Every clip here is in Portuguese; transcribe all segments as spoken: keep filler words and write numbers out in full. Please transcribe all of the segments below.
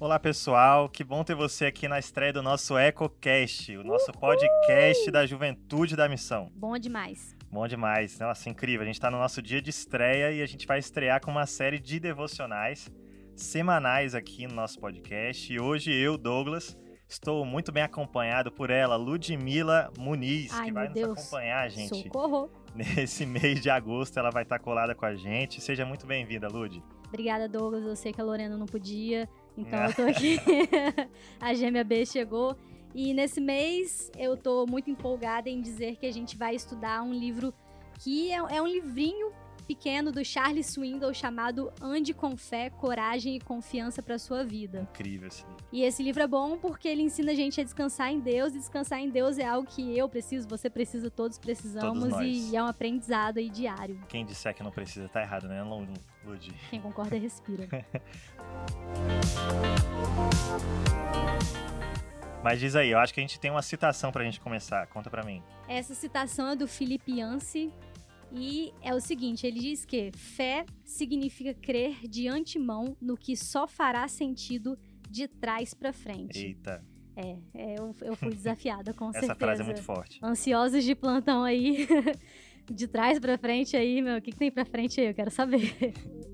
Olá, pessoal, que bom ter você aqui na estreia do nosso EcoCast, o nosso Uhul! podcast da Juventude da Missão. Bom demais. Bom demais, nossa, incrível. A gente está no nosso dia de estreia e a gente vai estrear com uma série de devocionais semanais aqui no nosso podcast. E hoje eu, Douglas, estou muito bem acompanhado por ela, Ludmila Muniz, Ai, que vai meu Deus. nos acompanhar, gente. Socorro! Nesse mês de agosto ela vai estar colada com a gente. Seja muito bem-vinda, Lud. Obrigada, Douglas. Eu sei que a Lorena não podia, então eu tô aqui. A gêmea B chegou. E nesse mês eu tô muito empolgada em dizer que a gente vai estudar um livro que é, é um livrinho pequeno do Charles Swindoll chamado Ande com Fé, Coragem e Confiança para sua Vida. Incrível esse livro. E esse livro é bom porque ele ensina a gente a descansar em Deus, e descansar em Deus é algo que eu preciso, você precisa, todos precisamos, Todos nós. E é um aprendizado aí diário. Quem disser que não precisa tá errado, né, Lud? Quem concorda, respira. Mas diz aí, eu acho que a gente tem uma citação pra gente começar, conta pra mim. Essa citação é do Philip Yancey. E é o seguinte, ele diz que fé significa crer de antemão no que só fará sentido de trás pra frente. Eita. É, é eu, eu fui desafiada, com Essa certeza. Essa frase é muito forte. Ansiosos de plantão aí, de trás pra frente aí, meu, o que, que tem pra frente aí? Eu quero saber.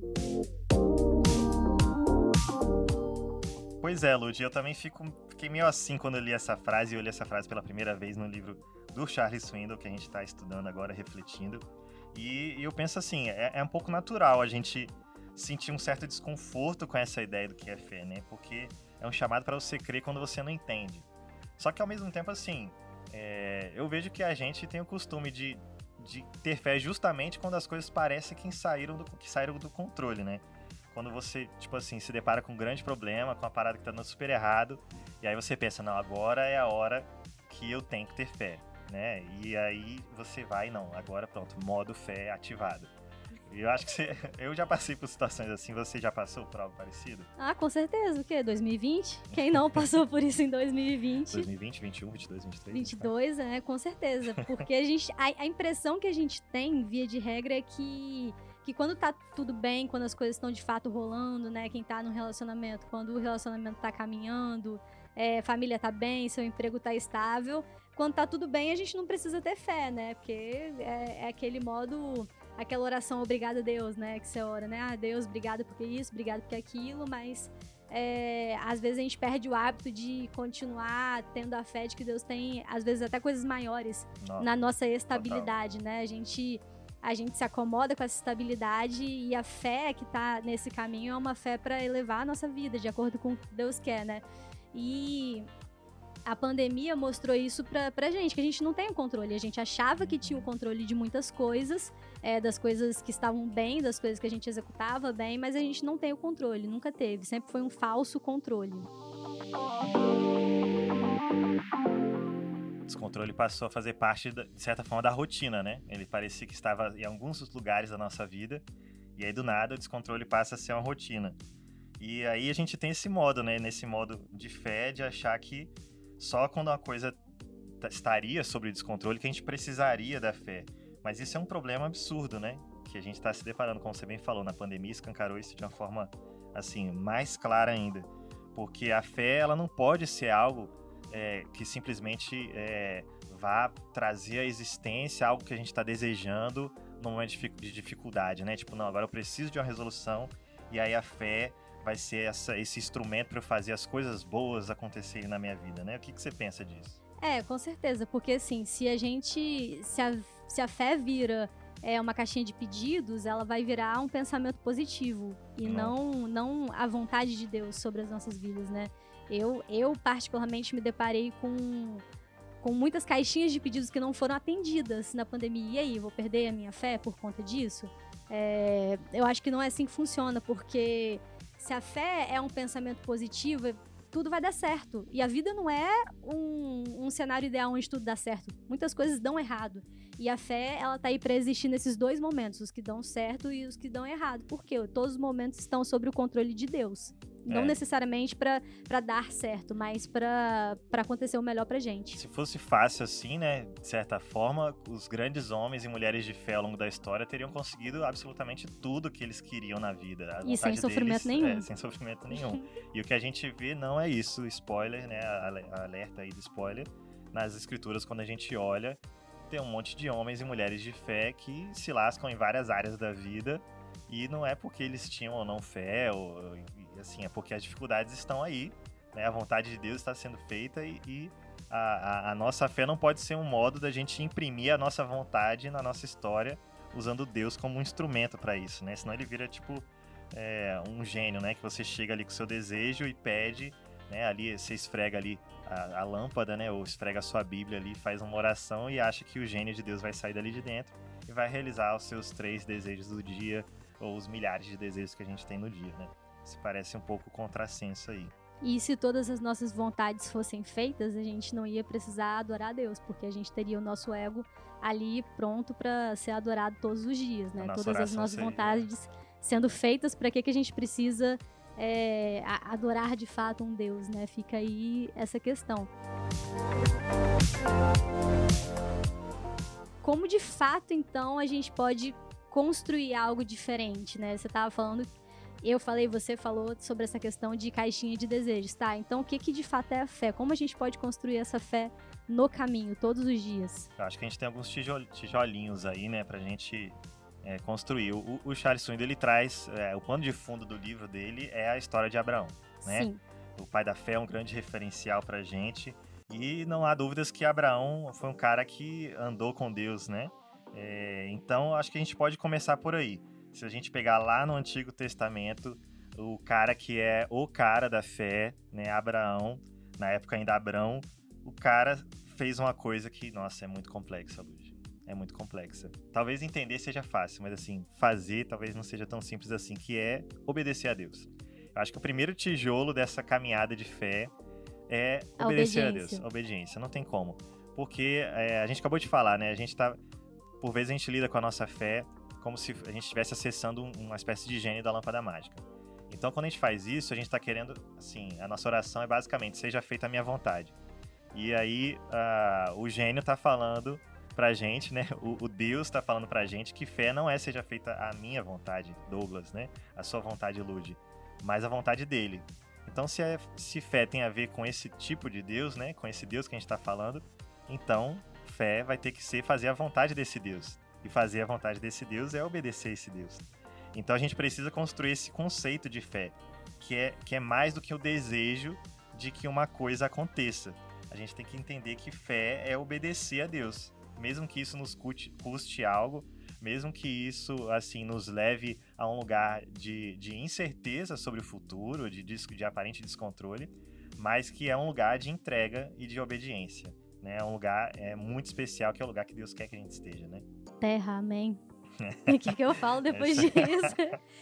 Pois é, Lud, eu também fico, fiquei meio assim quando eu li essa frase, e eu li essa frase pela primeira vez no livro do Charles Swindoll, que a gente tá estudando agora, refletindo. E, e eu penso assim, é, é um pouco natural a gente sentir um certo desconforto com essa ideia do que é fé, né? Porque é um chamado para você crer quando você não entende. Só que ao mesmo tempo, assim, é, eu vejo que a gente tem o costume de, de ter fé justamente quando as coisas parecem que saíram do, que saíram do controle, né? Quando você, tipo assim, se depara com um grande problema, com uma parada que tá dando super errado, e aí você pensa, não, agora é a hora que eu tenho que ter fé. Né? E aí você vai, não, agora pronto, modo fé ativado. E eu acho que você, eu já passei por situações assim, você já passou por algo parecido? Ah, com certeza, o quê? dois mil e vinte? Quem não passou por isso em dois mil e vinte? dois mil e vinte, vinte e um, vinte e dois, vinte e três? vinte e dois, é, com certeza, porque a, gente, a, a impressão que a gente tem, via de regra, é que, que quando tá tudo bem, quando as coisas estão de fato rolando, né, quem tá no relacionamento, quando o relacionamento tá caminhando, é, família tá bem, seu emprego tá estável, quando tá tudo bem, a gente não precisa ter fé, né? Porque é, é aquele modo, aquela oração obrigado a Deus, né? Que você ora, né? Ah, Deus, obrigado porque isso, obrigado porque aquilo, mas é, às vezes a gente perde o hábito de continuar tendo a fé de que Deus tem, às vezes, até coisas maiores Nossa, na nossa estabilidade, total. Né? A gente, a gente se acomoda com essa estabilidade e a fé que tá nesse caminho é uma fé para elevar a nossa vida, de acordo com o que Deus quer, né? E a pandemia mostrou isso pra, pra gente, que a gente não tem o controle. A gente achava que tinha o controle de muitas coisas, é, das coisas que estavam bem, das coisas que a gente executava bem, mas a gente não tem o controle, nunca teve. Sempre foi um falso controle. Esse controle passou a fazer parte, de certa forma, da rotina, né? Ele parecia que estava em alguns lugares da nossa vida, e aí do nada o descontrole passa a ser uma rotina. E aí a gente tem esse modo, né? Nesse modo de fé, de achar que só quando uma coisa estaria sob descontrole que a gente precisaria da fé. Mas isso é um problema absurdo, né? Que a gente está se deparando, como você bem falou, na pandemia, escancarou isso de uma forma, assim, mais clara ainda. Porque a fé, ela não pode ser algo é, que simplesmente é, vá trazer à existência algo que a gente está desejando num momento de dificuldade, né? Tipo, não, agora eu preciso de uma resolução e aí a fé vai ser essa, esse instrumento para eu fazer as coisas boas acontecerem na minha vida, né? O que, que você pensa disso? É, com certeza, porque assim, se a gente, se a, se a fé vira é, uma caixinha de pedidos, ela vai virar um pensamento positivo e não, não a vontade de Deus sobre as nossas vidas, né? Eu, eu particularmente me deparei com, com muitas caixinhas de pedidos que não foram atendidas na pandemia. E aí, vou perder a minha fé por conta disso? É, eu acho que não é assim que funciona, porque se a fé é um pensamento positivo, tudo vai dar certo. E a vida não é um, um cenário ideal onde tudo dá certo. Muitas coisas dão errado. E a fé, ela tá aí para existir nesses dois momentos, os que dão certo e os que dão errado. Por quê? Todos os momentos estão sob o controle de Deus. não É. necessariamente pra, pra dar certo, mas pra, pra acontecer o melhor pra gente. Se fosse fácil assim, né, de certa forma, os grandes homens e mulheres de fé ao longo da história teriam conseguido absolutamente tudo que eles queriam na vida. A E sem vontade sofrimento deles, nenhum. É, sem sofrimento nenhum. E o que a gente vê não é isso, spoiler, né, ale- alerta aí do spoiler. Nas escrituras, quando a gente olha, tem um monte de homens e mulheres de fé que se lascam em várias áreas da vida. E não é porque eles tinham ou não fé, ou, e, assim, é porque as dificuldades estão aí, né? A vontade de Deus está sendo feita e, e a, a, a nossa fé não pode ser um modo da gente imprimir a nossa vontade na nossa história, usando Deus como um instrumento para isso, né? Senão ele vira tipo é, um gênio, né? Que você chega ali com o seu desejo e pede, né? Ali você esfrega ali a, a lâmpada, né? Ou esfrega a sua Bíblia ali, faz uma oração e acha que o gênio de Deus vai sair dali de dentro e vai realizar os seus três desejos do dia, ou os milhares de desejos que a gente tem no dia, né? Isso parece um pouco contrassenso aí. E se todas as nossas vontades fossem feitas, a gente não ia precisar adorar a Deus, porque a gente teria o nosso ego ali pronto para ser adorado todos os dias, né? A nossa Todas as oração nossas seria- vontades sendo feitas, para que que a gente precisa é, a- adorar de fato um Deus, né? Fica aí essa questão. Como de fato, então, a gente pode construir algo diferente, né? Você estava falando, eu falei, você falou sobre essa questão de caixinha de desejos, tá? Então, o que que de fato é a fé? Como a gente pode construir essa fé no caminho, todos os dias? Eu acho que a gente tem alguns tijol- tijolinhos aí, né, pra gente é, construir. O, o Charles Swindoll, ele traz, é, o pano de fundo do livro dele é a história de Abraão, né? Sim. O pai da fé é um grande referencial pra gente. E não há dúvidas que Abraão foi um cara que andou com Deus, né? É, então, acho que a gente pode começar por aí. Se a gente pegar lá no Antigo Testamento, o cara que é o cara da fé, né? Abraão, na época ainda Abrão, o cara fez uma coisa que, nossa, é muito complexa, Luz. É muito complexa. Talvez entender seja fácil, mas assim, fazer talvez não seja tão simples assim, que é obedecer a Deus. Eu acho que o primeiro tijolo dessa caminhada de fé é A obedecer a obediência. Deus. A obediência, não tem como. Porque é, a gente acabou de falar, né? A gente tá. Por vezes a gente lida com a nossa fé como se a gente estivesse acessando um- uma espécie de gênio da lâmpada mágica. Então, quando a gente faz isso, a gente tá querendo, assim, a nossa oração é basicamente, seja feita a minha vontade. E aí, ah, o gênio tá falando pra gente, né? O, o Deus tá falando pra gente que fé não é seja feita a minha vontade, Douglas, né? A sua vontade, Lud, mas a vontade dele. Então, se, é, se fé tem a ver com esse tipo de Deus, né? Com esse Deus que a gente tá falando, então fé vai ter que ser fazer a vontade desse Deus. E fazer a vontade desse Deus é obedecer esse Deus. Então a gente precisa construir esse conceito de fé, que é, que é mais do que o desejo de que uma coisa aconteça. A gente tem que entender que fé é obedecer a Deus. Mesmo que isso nos custe, custe algo, mesmo que isso assim nos leve a um lugar de, de incerteza sobre o futuro, de, de, de aparente descontrole, mas que é um lugar de entrega e de obediência. Né? É um lugar é, muito especial, que é o lugar que Deus quer que a gente esteja, né? Terra, amém. O que que eu falo depois Essa- disso?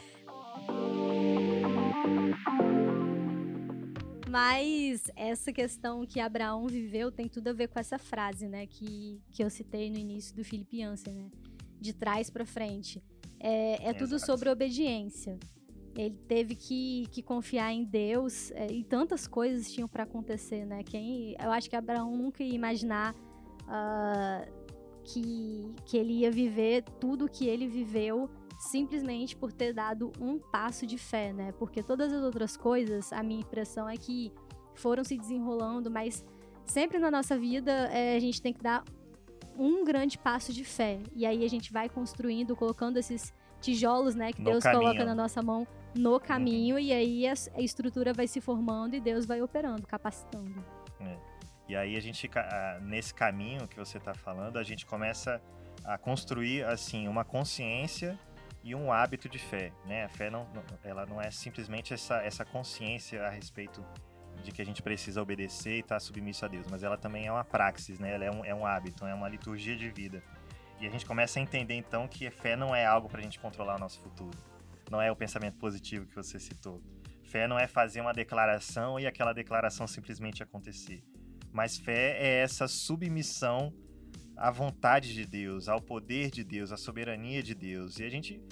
Mas essa questão que Abraão viveu tem tudo a ver com essa frase, né? Que, que eu citei no início do Philip Yancey, né? De trás pra frente. É, é tudo Exato. sobre obediência. Ele teve que, que confiar em Deus é, e tantas coisas tinham pra acontecer, né? Quem, eu acho que Abraão nunca ia imaginar ah, que, que ele ia viver tudo que ele viveu simplesmente por ter dado um passo de fé, né? Porque todas as outras coisas, a minha impressão é que foram se desenrolando, mas sempre na nossa vida é, a gente tem que dar um grande passo de fé. E aí a gente vai construindo, colocando esses tijolos, né, que No Deus caminho. coloca na nossa mão no caminho, e aí a, a estrutura vai se formando e Deus vai operando, capacitando. É. E aí a gente, ca- ah, nesse caminho que você está falando, a gente começa a construir assim uma consciência e um hábito de fé, né? A fé não, não- ela não é simplesmente essa, essa consciência a respeito de que a gente precisa obedecer e estar submisso a Deus, mas ela também é uma praxis, né? Ela é um, é um hábito, é uma liturgia de vida. E a gente começa a entender então que a fé não é algo para a gente controlar o nosso futuro. Não é o pensamento positivo que você citou. Fé não é fazer uma declaração e aquela declaração simplesmente acontecer. Mas fé é essa submissão à vontade de Deus, ao poder de Deus, à soberania de Deus. E a gente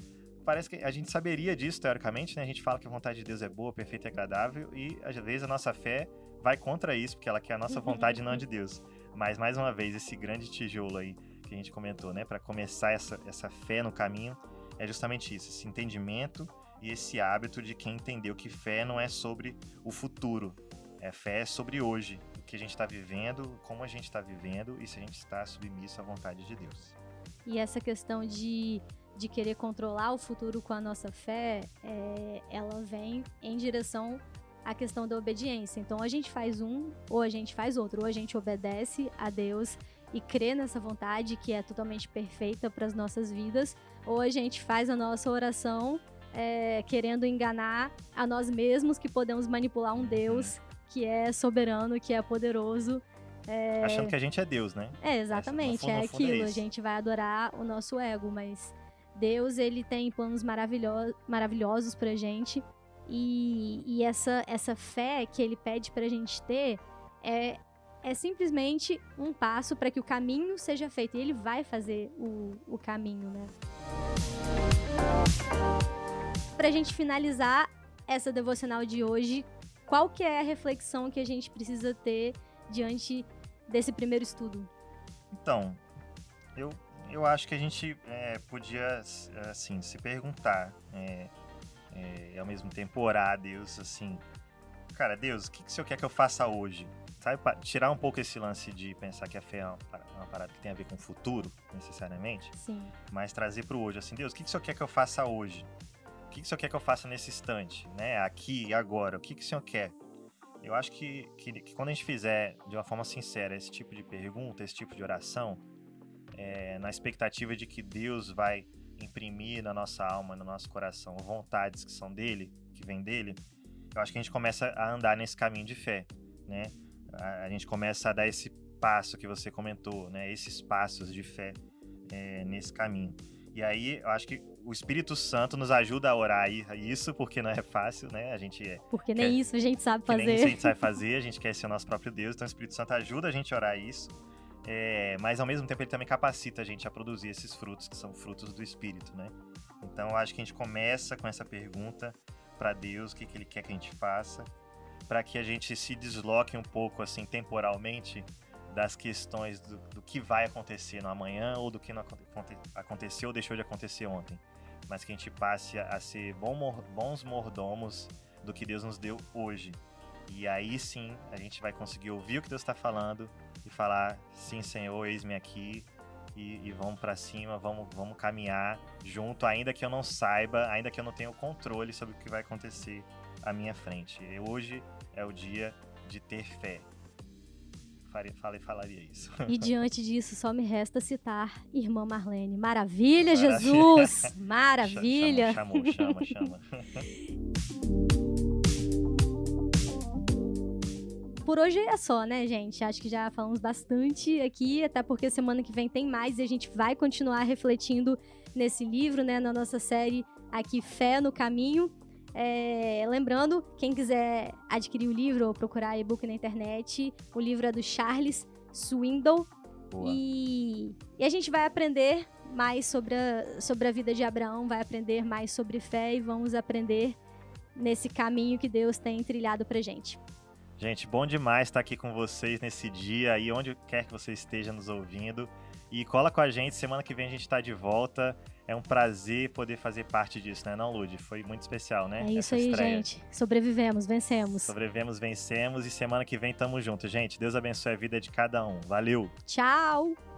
parece que a gente saberia disso, teoricamente, né? A gente fala que a vontade de Deus é boa, perfeita e agradável, e às vezes a nossa fé vai contra isso, porque ela quer a nossa vontade e não a de Deus. Mas, mais uma vez, esse grande tijolo aí que a gente comentou, né? Para começar essa, essa fé no caminho, é justamente isso, esse entendimento e esse hábito de quem entendeu que fé não é sobre o futuro, é fé sobre hoje, o que a gente está vivendo, como a gente está vivendo e se a gente está submisso à vontade de Deus. E essa questão de, de querer controlar o futuro com a nossa fé, é, ela vem em direção à questão da obediência. Então, ou a gente faz um, ou a gente faz outro. Ou a gente obedece a Deus e crê nessa vontade que é totalmente perfeita para as nossas vidas, ou a gente faz a nossa oração é, querendo enganar a nós mesmos, que podemos manipular um Deus que é soberano, que é poderoso. É... Achando que a gente é Deus, né? É, exatamente, fundo, é fundo aquilo, é a gente vai adorar o nosso ego, mas Deus, ele tem planos maravilhosos, maravilhosos pra gente, e, e essa, essa fé que ele pede pra gente ter é, é simplesmente um passo para que o caminho seja feito, e ele vai fazer o, o caminho, né? Pra gente finalizar essa devocional de hoje, qual que é a reflexão que a gente precisa ter diante desse primeiro estudo? Então, eu, eu acho que a gente é, podia, assim, se perguntar, é, é, e ao mesmo tempo orar a Deus, assim, cara, Deus, o que, que o Senhor quer que eu faça hoje? Sabe, tirar um pouco esse lance de pensar que a fé é uma, uma parada que tem a ver com o futuro, necessariamente, Sim. Mas trazer pro hoje, assim, Deus, o que, que o Senhor quer que eu faça hoje? O que, que o Senhor quer que eu faça nesse instante, né, aqui e agora? O que, que o Senhor quer? Eu acho que, que, que quando a gente fizer de uma forma sincera esse tipo de pergunta, esse tipo de oração, é, na expectativa de que Deus vai imprimir na nossa alma, no nosso coração, vontades que são dele, que vêm dele, eu acho que a gente começa a andar nesse caminho de fé, né? A, a gente começa a dar esse passo que você comentou, né? Esses passos de fé é, nesse caminho. E aí, eu acho que o Espírito Santo nos ajuda a orar isso, porque não é fácil, né? A gente é... Porque nem quer, isso a gente sabe fazer. Nem isso a gente sabe fazer, a gente quer ser o nosso próprio Deus, então o Espírito Santo ajuda a gente a orar isso, é, mas ao mesmo tempo ele também capacita a gente a produzir esses frutos, que são frutos do Espírito, né? Então, eu acho que a gente começa com essa pergunta para Deus, o que, que ele quer que a gente faça, para que a gente se desloque um pouco, assim, temporalmente, das questões do, do que vai acontecer no amanhã ou do que não aconte, aconteceu ou deixou de acontecer ontem. Mas que a gente passe a, a ser bom, bons mordomos do que Deus nos deu hoje. E aí sim, a gente vai conseguir ouvir o que Deus está falando e falar, sim, Senhor, eis-me aqui, e, e vamos para cima, vamos, vamos caminhar junto, ainda que eu não saiba, ainda que eu não tenha o controle sobre o que vai acontecer à minha frente. E hoje é o dia de ter fé. Falei, falaria isso. E diante disso, só me resta citar Irmã Marlene. Maravilha, Jesus! Maravilha! Chama, chama, chama, chama. Por hoje é só, né, gente? Acho que já falamos bastante aqui, até porque semana que vem tem mais e a gente vai continuar refletindo nesse livro, né, na nossa série aqui, Fé no Caminho. É, lembrando, quem quiser adquirir o livro ou procurar e-book na internet, o livro é do Charles Swindoll. E, e a gente vai aprender mais sobre a, sobre a vida de Abraão, vai aprender mais sobre fé e vamos aprender nesse caminho que Deus tem trilhado pra gente. Gente, bom demais estar aqui com vocês nesse dia e onde quer que você esteja nos ouvindo. E cola com a gente, semana que vem a gente está de volta. É um prazer poder fazer parte disso, né, não, Lud? Foi muito especial, né? É isso aí, estreia. Gente. Sobrevivemos, vencemos. Sobrevivemos, vencemos e semana que vem tamo junto, gente. Deus abençoe a vida de cada um. Valeu! Tchau!